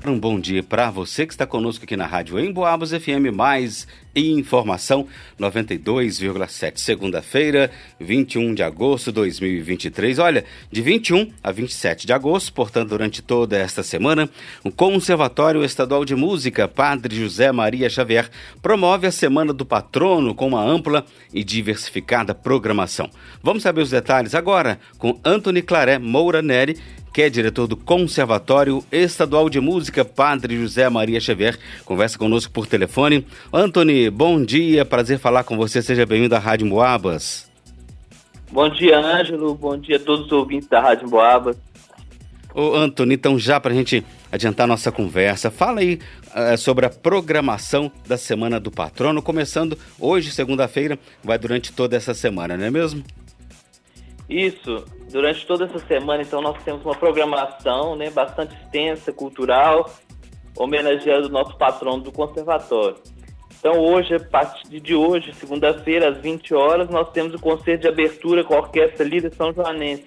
sempre um bom dia para você que está conosco aqui na Rádio Emboabas FM, mais informação 92,7, segunda-feira, 21 de agosto de 2023. Olha, de 21 a 27 de agosto, portanto, durante toda esta semana, o Conservatório Estadual de Música Padre José Maria Xavier promove a Semana do Patrono com uma ampla e diversificada programação. Vamos saber os detalhes agora com Antony Claré Moura Neri, que é diretor do Conservatório Estadual de Música Padre José Maria Xavier. Conversa conosco por telefone. Antony, bom dia, prazer falar com você, seja bem-vindo à Rádio Emboabas. Bom dia, Ângelo, bom dia a todos os ouvintes da Rádio Emboabas. Ô Antony, então já para a gente adiantar nossa conversa, fala aí sobre a programação da Semana do Patrono, começando hoje, segunda-feira, vai durante toda essa semana, não é mesmo? Isso, durante toda essa semana, então, nós temos uma programação, né, bastante extensa, cultural, homenageando o nosso patrono do Conservatório. Então, hoje, a partir de hoje, segunda-feira, às 20 horas, nós temos o concerto de abertura com a Orquestra Lira São Joanense.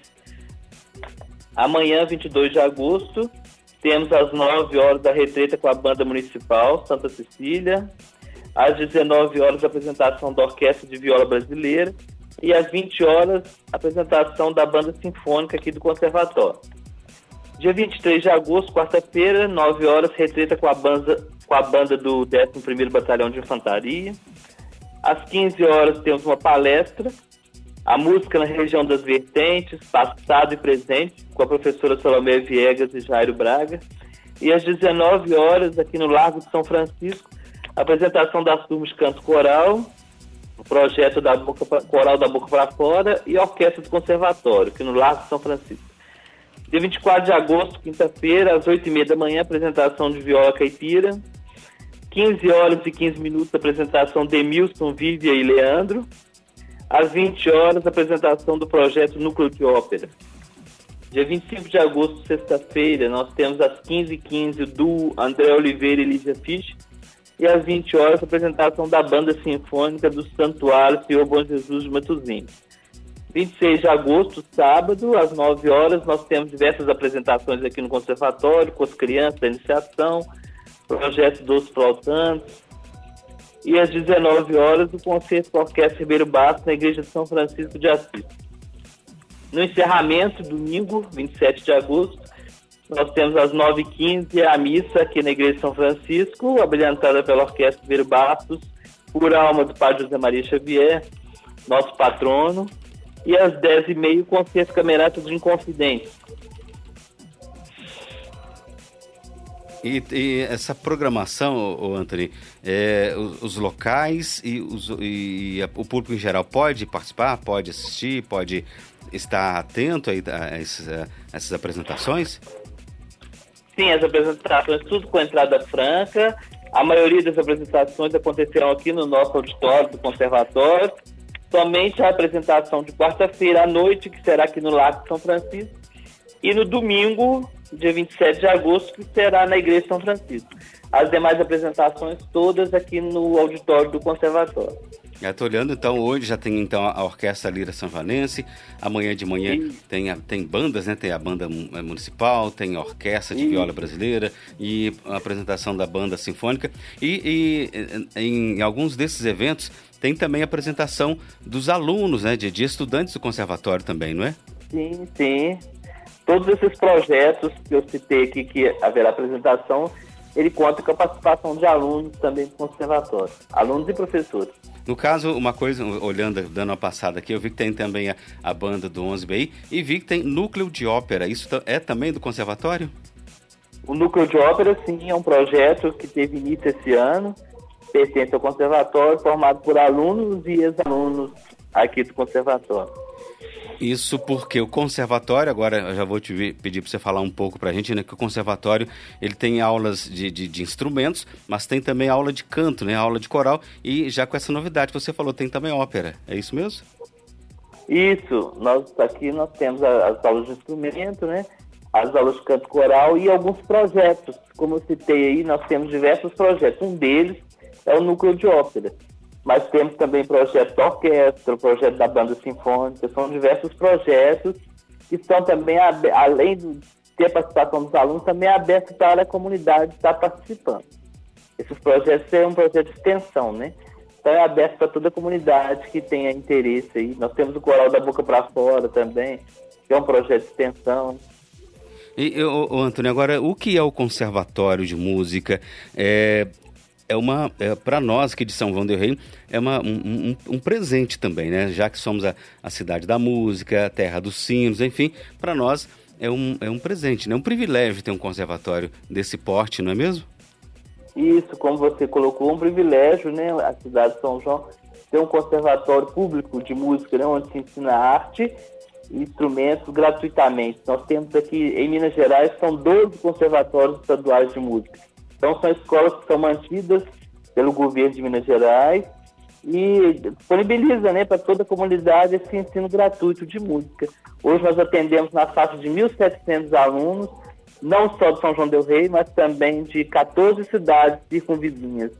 Amanhã, 22 de agosto, temos às 9 horas a retreta com a Banda Municipal Santa Cecília. Às 19 horas, a apresentação da Orquestra de Viola Brasileira. E às 20 horas, a apresentação da Banda Sinfônica aqui do Conservatório. Dia 23 de agosto, quarta-feira, 9 horas, retreta com a banda do 11º Batalhão de Infantaria. Às 15 horas, temos uma palestra, a música na região das vertentes, passado e presente, com a professora Salomé Viegas e Jairo Braga. E às 19 horas, aqui no Largo de São Francisco, a apresentação das turmas de canto coral, o projeto da Coral da Boca para Fora e a Orquestra do Conservatório, aqui no Largo de São Francisco. Dia 24 de agosto, quinta-feira, às 8h30 da manhã, apresentação de viola caipira. 15 horas e 15 minutos, apresentação de Emilson, Vívia e Leandro. Às 20 horas, apresentação do projeto Núcleo de Ópera. Dia 25 de agosto, sexta-feira, nós temos às 15h15 do André Oliveira e Lígia Fisch. E às 20 horas, a apresentação da Banda Sinfônica do Santuário Senhor Bom Jesus de Matosinhos. 26 de agosto, sábado, às 9 horas, nós temos diversas apresentações aqui no Conservatório, com as crianças da iniciação, projeto dos flautantes. E às 19 horas, o concerto com a Orquestra Ribeiro Basso na Igreja de São Francisco de Assis. No encerramento, domingo, 27 de agosto, nós temos às 9h15 a missa aqui na Igreja de São Francisco, abrilhantada pela Orquestra Ribeiro Bastos, por alma do Padre José Maria Xavier, nosso patrono. E às 10h30 o concerto Camerata de Inconfidência. E essa programação, Antony, os locais e o público em geral pode participar, pode assistir, pode estar atento a essas apresentações? Sim, as apresentações, tudo com entrada franca. A maioria das apresentações acontecerão aqui no nosso auditório do Conservatório. Somente a apresentação de quarta-feira à noite, que será aqui no Largo de São Francisco. E no domingo, dia 27 de agosto, que será na Igreja de São Francisco. As demais apresentações todas aqui no auditório do Conservatório. Estou olhando, então, hoje já tem então a Orquestra Lira São Joanense, amanhã de manhã tem bandas, né? Tem a Banda Municipal, tem a Orquestra de Viola Brasileira e a apresentação da Banda Sinfônica. E em alguns desses eventos tem também a apresentação dos alunos, né? De estudantes do Conservatório também, não é? Sim, sim. Todos esses projetos que eu citei aqui, que haverá apresentação, ele conta com a participação de alunos também do Conservatório, alunos e professores. No caso, uma coisa, dando uma passada aqui, eu vi que tem também a banda do 11BI e vi que tem Núcleo de Ópera. Isso é também do Conservatório? O Núcleo de Ópera, sim, é um projeto que teve início esse ano, pertence ao Conservatório, formado por alunos e ex-alunos aqui do Conservatório. Isso porque o Conservatório, agora eu já vou te pedir para você falar um pouco para a gente, né, que o Conservatório ele tem aulas de instrumentos, mas tem também aula de canto, né, aula de coral, e já com essa novidade que você falou, tem também ópera, é isso mesmo? Isso, nós temos as aulas de instrumento, né, as aulas de canto coral e alguns projetos, como eu citei aí, nós temos diversos projetos, um deles é o Núcleo de Ópera. Mas temos também projetos da orquestra, projeto da banda sinfônica, são diversos projetos que estão também, além ter a participação dos alunos, também é aberto para a comunidade estar participando. Esses projetos são um projeto de extensão, né? Então é aberto para toda a comunidade que tenha interesse aí. Nós temos o Coral da Boca para Fora também, que é um projeto de extensão. E, Antônio, agora, o que é o Conservatório de Música? Para nós aqui de São João del Rei, é um presente também, né? Já que somos a cidade da música, a terra dos sinos, enfim, para nós é um presente, né? Um privilégio ter um conservatório desse porte, não é mesmo? Isso, como você colocou, um privilégio, né? A cidade de São João ter um conservatório público de música, né? Onde se ensina arte e instrumentos gratuitamente. Nós temos aqui, em Minas Gerais, são 12 conservatórios estaduais de música. Então, são escolas que são mantidas pelo governo de Minas Gerais e disponibiliza, né, para toda a comunidade esse ensino gratuito de música. Hoje nós atendemos na faixa de 1.700 alunos, não só de São João del Rei, mas também de 14 cidades circunvizinhas.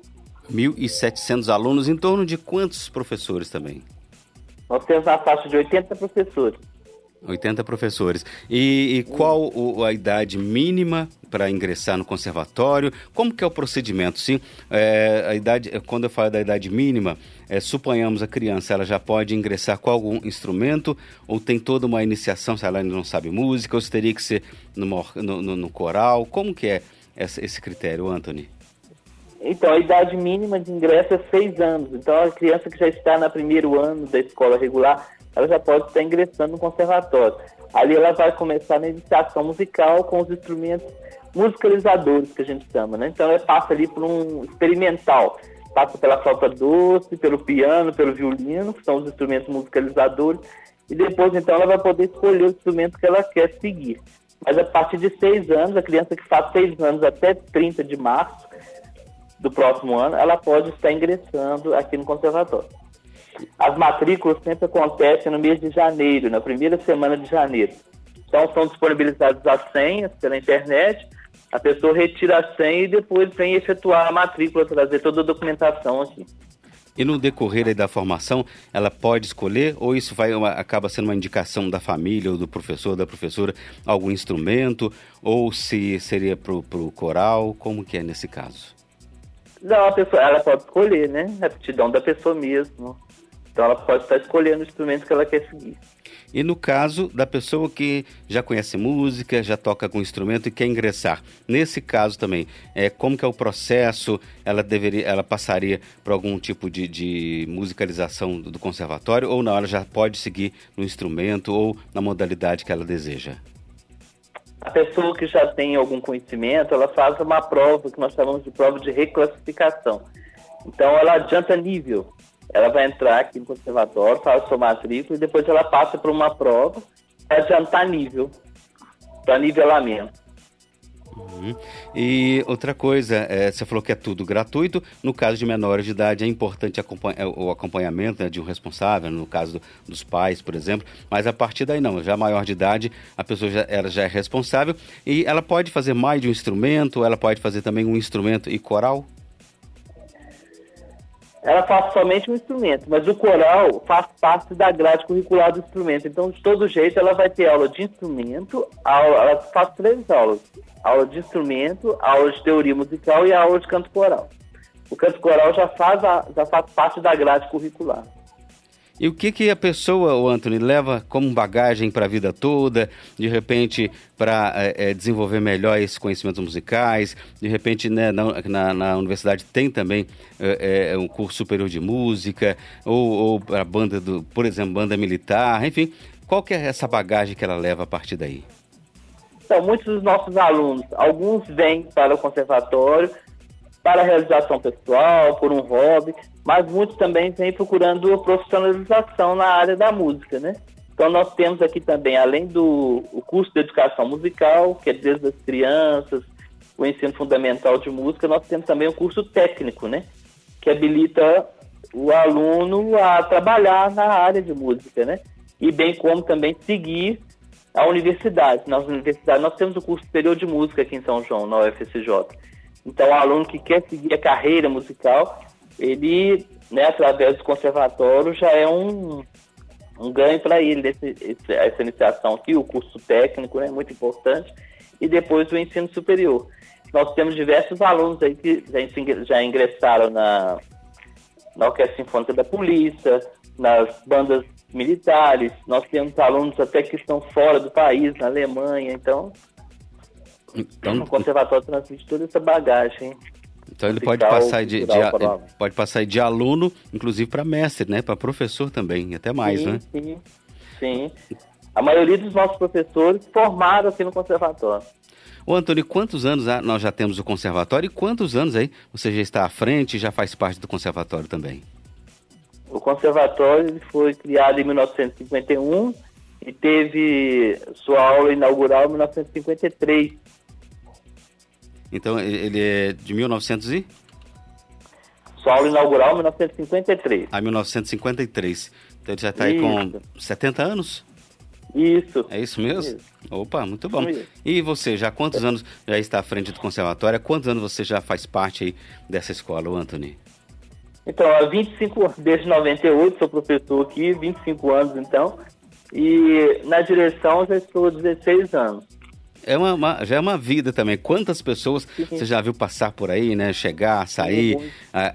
1.700 alunos, em torno de quantos professores também? Nós temos na faixa de 80 professores. 80 professores. E qual a idade mínima para ingressar no conservatório? Como que é o procedimento? Sim, a idade, quando eu falo da idade mínima, suponhamos a criança, ela já pode ingressar com algum instrumento ou tem toda uma iniciação, se ela ainda não sabe música, ou se teria que ser no coral? Como que é esse critério, Anthony? Então, a idade mínima de ingresso é 6 anos. Então, a criança que já está no primeiro ano da escola regular, ela já pode estar ingressando no conservatório. Ali ela vai começar na iniciação musical com os instrumentos musicalizadores, que a gente chama, né? Então ela passa ali por um experimental. Passa pela flauta doce, pelo piano, pelo violino, que são os instrumentos musicalizadores. E depois, então, ela vai poder escolher o instrumento que ela quer seguir. Mas a partir de 6 anos, a criança que faz 6 anos até 30 de março do próximo ano, ela pode estar ingressando aqui no conservatório. As matrículas sempre acontecem no mês de janeiro, na primeira semana de janeiro. Então, são disponibilizadas as senhas pela internet, a pessoa retira a senha e depois vem efetuar a matrícula, trazer toda a documentação aqui. E no decorrer aí da formação, ela pode escolher, ou isso acaba sendo uma indicação da família, ou do professor, da professora, algum instrumento, ou se seria para o coral, como que é nesse caso? Não, ela pode escolher, né? É a aptidão da pessoa mesmo. Então ela pode estar escolhendo o instrumento que ela quer seguir. E no caso da pessoa que já conhece música, já toca com instrumento e quer ingressar, nesse caso também, como que é o processo? Ela passaria por algum tipo de musicalização do conservatório, ou não, ela já pode seguir no instrumento ou na modalidade que ela deseja? A pessoa que já tem algum conhecimento, ela faz uma prova que nós chamamos de prova de reclassificação. Então ela adianta nível. Ela vai entrar aqui no conservatório, faz sua matrícula e depois ela passa por uma prova para adiantar nível, para nivelamento. E outra coisa, você falou que é tudo gratuito. No caso de menores de idade é importante o acompanhamento, né, de um responsável, no caso dos pais, por exemplo, mas a partir daí não, já maior de idade, a pessoa ela já é responsável e ela pode fazer mais de um instrumento, ela pode fazer também um instrumento e coral? Ela faz somente um instrumento, mas o coral faz parte da grade curricular do instrumento. Então, de todo jeito, ela vai ter aula de instrumento, ela faz 3 aulas. Aula de instrumento, aula de teoria musical e aula de canto coral. O canto coral já faz parte da grade curricular. E o que a pessoa, o Anthony, leva como bagagem para a vida toda, de repente, para desenvolver melhor esses conhecimentos musicais? De repente, né, na universidade tem também um curso superior de música, ou para banda, por exemplo, banda militar, enfim. Qual que é essa bagagem que ela leva a partir daí? Então, muitos dos nossos alunos, alguns vêm para o conservatório, para a realização pessoal, por um hobby, mas muitos também vêm procurando profissionalização na área da música, né? Então nós temos aqui também, além do curso de educação musical, que é desde as crianças, o ensino fundamental de música, nós temos também o curso técnico, né? Que habilita o aluno a trabalhar na área de música, né? E bem como também seguir a universidade. Na universidade nós temos o curso superior de música aqui em São João, na UFSJ. Então, o aluno que quer seguir a carreira musical, ele, né, através do conservatório, já é um um ganho para ele, essa iniciação aqui, o curso técnico, né, muito importante, e depois o ensino superior. Nós temos diversos alunos aí que já ingressaram na Orquestra Sinfônica da Polícia, nas bandas militares, nós temos alunos até que estão fora do país, na Alemanha, então o conservatório transmite toda essa bagagem. Então ele pode passar de aluno, inclusive para mestre, né? Para professor também, até mais, né? Sim. A maioria dos nossos professores formaram aqui no conservatório. Ô Antônio, quantos anos nós já temos o conservatório e quantos anos aí você já está à frente e já faz parte do conservatório também? O conservatório ele foi criado em 1951 e teve sua aula inaugural em 1953. Então, ele é de 1900 e? Sua aula inaugural em 1953. 1953. Então, ele já está aí com 70 anos? Isso. É isso mesmo? Isso. Opa, muito bom. E você, já há quantos anos já está à frente do conservatório? Há quantos anos você já faz parte aí dessa escola, Anthony? Então, há 25 anos, desde 98, sou professor aqui, 25 anos então, e na direção já estou há 16 anos. Já é uma vida também. Quantas pessoas você já viu passar por aí, né? Chegar, sair,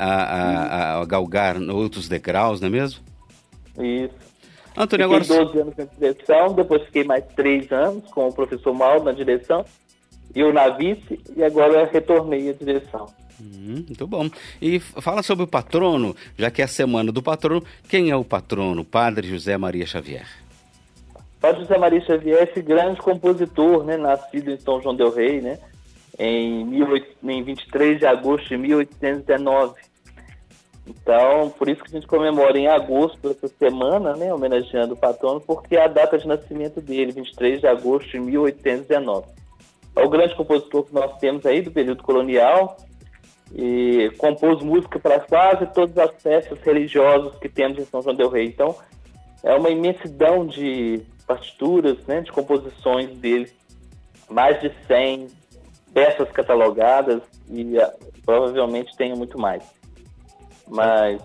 a galgar outros degraus, não é mesmo? Isso. Antônio, fiquei 12 anos na direção, depois fiquei mais 3 anos com o professor Mauro na direção, eu na vice, e agora retornei à direção. Muito bom. E fala sobre o patrono, já que é a semana do patrono. Quem é o patrono? Padre José Maria Xavier. Padre José Maria Xavier é esse grande compositor, né, nascido em São João del Rei, né, em 23 de agosto de 1819. Então, por isso que a gente comemora em agosto essa semana, né, homenageando o patrono, porque é a data de nascimento dele, 23 de agosto de 1819. É o grande compositor que nós temos aí do período colonial e compôs música para quase todas as festas religiosas que temos em São João del Rei. Então, é uma imensidão de partituras, né, de composições dele, mais de 100 peças catalogadas e provavelmente tenha muito mais. Mas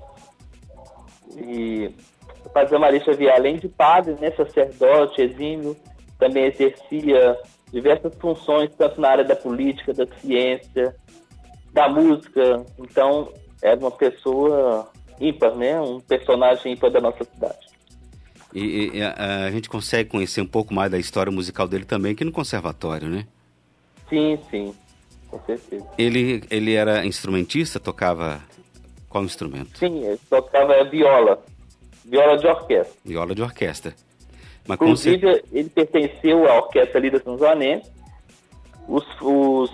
o Padre José Maria Xavier, além de padre, né, sacerdote, exímio, também exercia diversas funções, tanto na área da política, da ciência, da música. Então, era uma pessoa ímpar, né, um personagem ímpar da nossa cidade. E a gente consegue conhecer um pouco mais da história musical dele também aqui no conservatório, né? Sim, com certeza. Ele era instrumentista, tocava qual instrumento? Sim, ele tocava viola de orquestra. Viola de orquestra. Mas inclusive, ele pertenceu à Orquestra Lira São Joanense. Os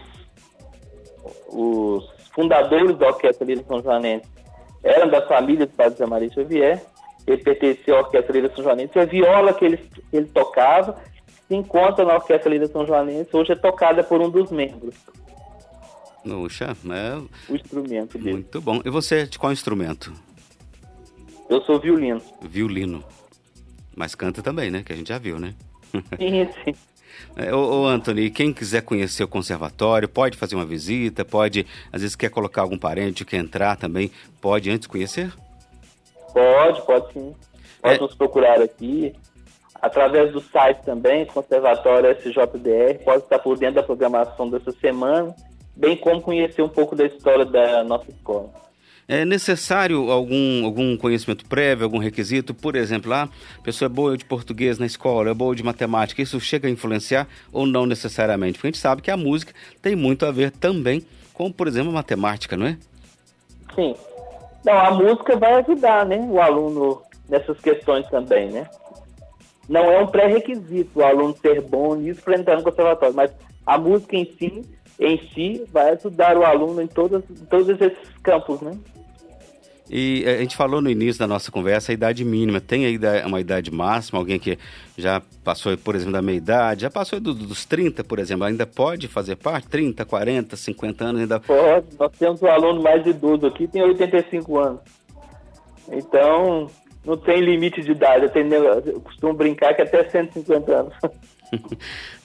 fundadores da Orquestra Lira São Joanense eram da família do Padre José Maria Xavier. Ele pertenceu à Orquestra Lira São Joanense. E a viola que ele tocava se encontra na Orquestra Lira São Joanense. Hoje é tocada por um dos membros. Puxa, o instrumento dele. Muito bom. E você, de qual instrumento? Eu sou violino. Violino. Mas canta também, né? Que a gente já viu, né? Sim. Ô Anthony, quem quiser conhecer o conservatório, pode fazer uma visita, pode, às vezes quer colocar algum parente, quer entrar também, pode antes conhecer? Pode sim. Pode nos procurar aqui. Através do site também, Conservatório SJDR, pode estar por dentro da programação dessa semana, bem como conhecer um pouco da história da nossa escola. É necessário algum conhecimento prévio, algum requisito? Por exemplo, a pessoa é boa de português na escola, é boa de matemática, isso chega a influenciar ou não necessariamente? Porque a gente sabe que a música tem muito a ver também com, por exemplo, a matemática, não é? Sim. Não, a música vai ajudar, né, o aluno nessas questões também, né? Não é um pré-requisito o aluno ser bom nisso para entrar no conservatório, mas a música em si vai ajudar o aluno em todos esses campos, né? E a gente falou no início da nossa conversa a idade mínima. Tem aí uma idade máxima? Alguém que já passou, por exemplo, da meia-idade, já passou dos 30, por exemplo, ainda pode fazer parte? 30, 40, 50 anos ainda? Pode. Nós temos um aluno mais idoso aqui, tem 85 anos. Então, não tem limite de idade. Eu costumo brincar que até 150 anos.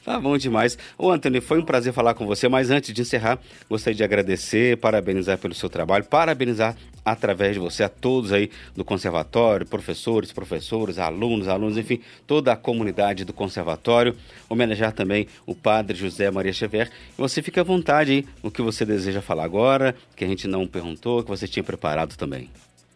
Tá bom demais. Ô, Antônio, foi um prazer falar com você, mas antes de encerrar, gostaria de agradecer, parabenizar pelo seu trabalho, parabenizar através de você a todos aí do conservatório, professores, alunos, enfim, toda a comunidade do conservatório. Homenagear também o padre José Maria Xavier. Você fica à vontade aí, o que você deseja falar agora, que a gente não perguntou, que você tinha preparado também.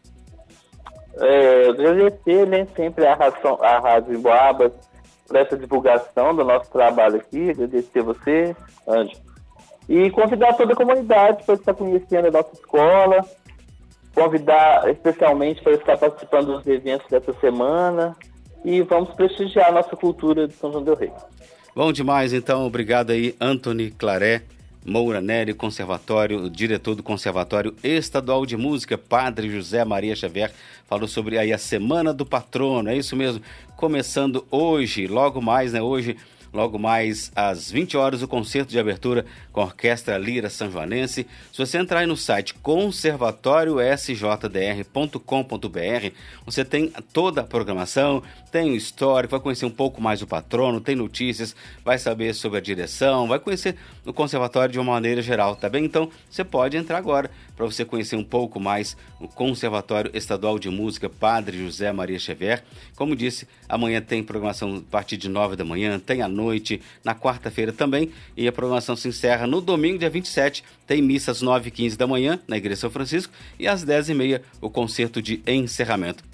Agradecer, né, sempre a Rádio Emboabas por essa divulgação do nosso trabalho aqui, agradecer a você, Ângelo, e convidar toda a comunidade para estar conhecendo a nossa escola, convidar especialmente para estar participando dos eventos dessa semana e vamos prestigiar a nossa cultura de São João del Rei. Bom demais, então, obrigado aí, Antony Claré Moura Nery, conservatório, diretor do Conservatório Estadual de Música, Padre José Maria Xavier, falou sobre aí a Semana do Patrono, é isso mesmo, começando hoje, logo mais às 20 horas, o concerto de abertura com a Orquestra Lira Sanjoanense. Se você entrar aí no site conservatoriosjdr.com.br, você tem toda a programação, tem o histórico, vai conhecer um pouco mais o patrono, tem notícias, vai saber sobre a direção, vai conhecer o conservatório de uma maneira geral, tá bem? Então, você pode entrar agora para você conhecer um pouco mais o Conservatório Estadual de Música Padre José Maria Xavier. Como disse, amanhã tem programação a partir de 9 da manhã, tem à noite, na quarta-feira também, e a programação se encerra no domingo, dia 27, tem missa às 9h15 da manhã, na Igreja São Francisco, e às 10h30 o concerto de encerramento.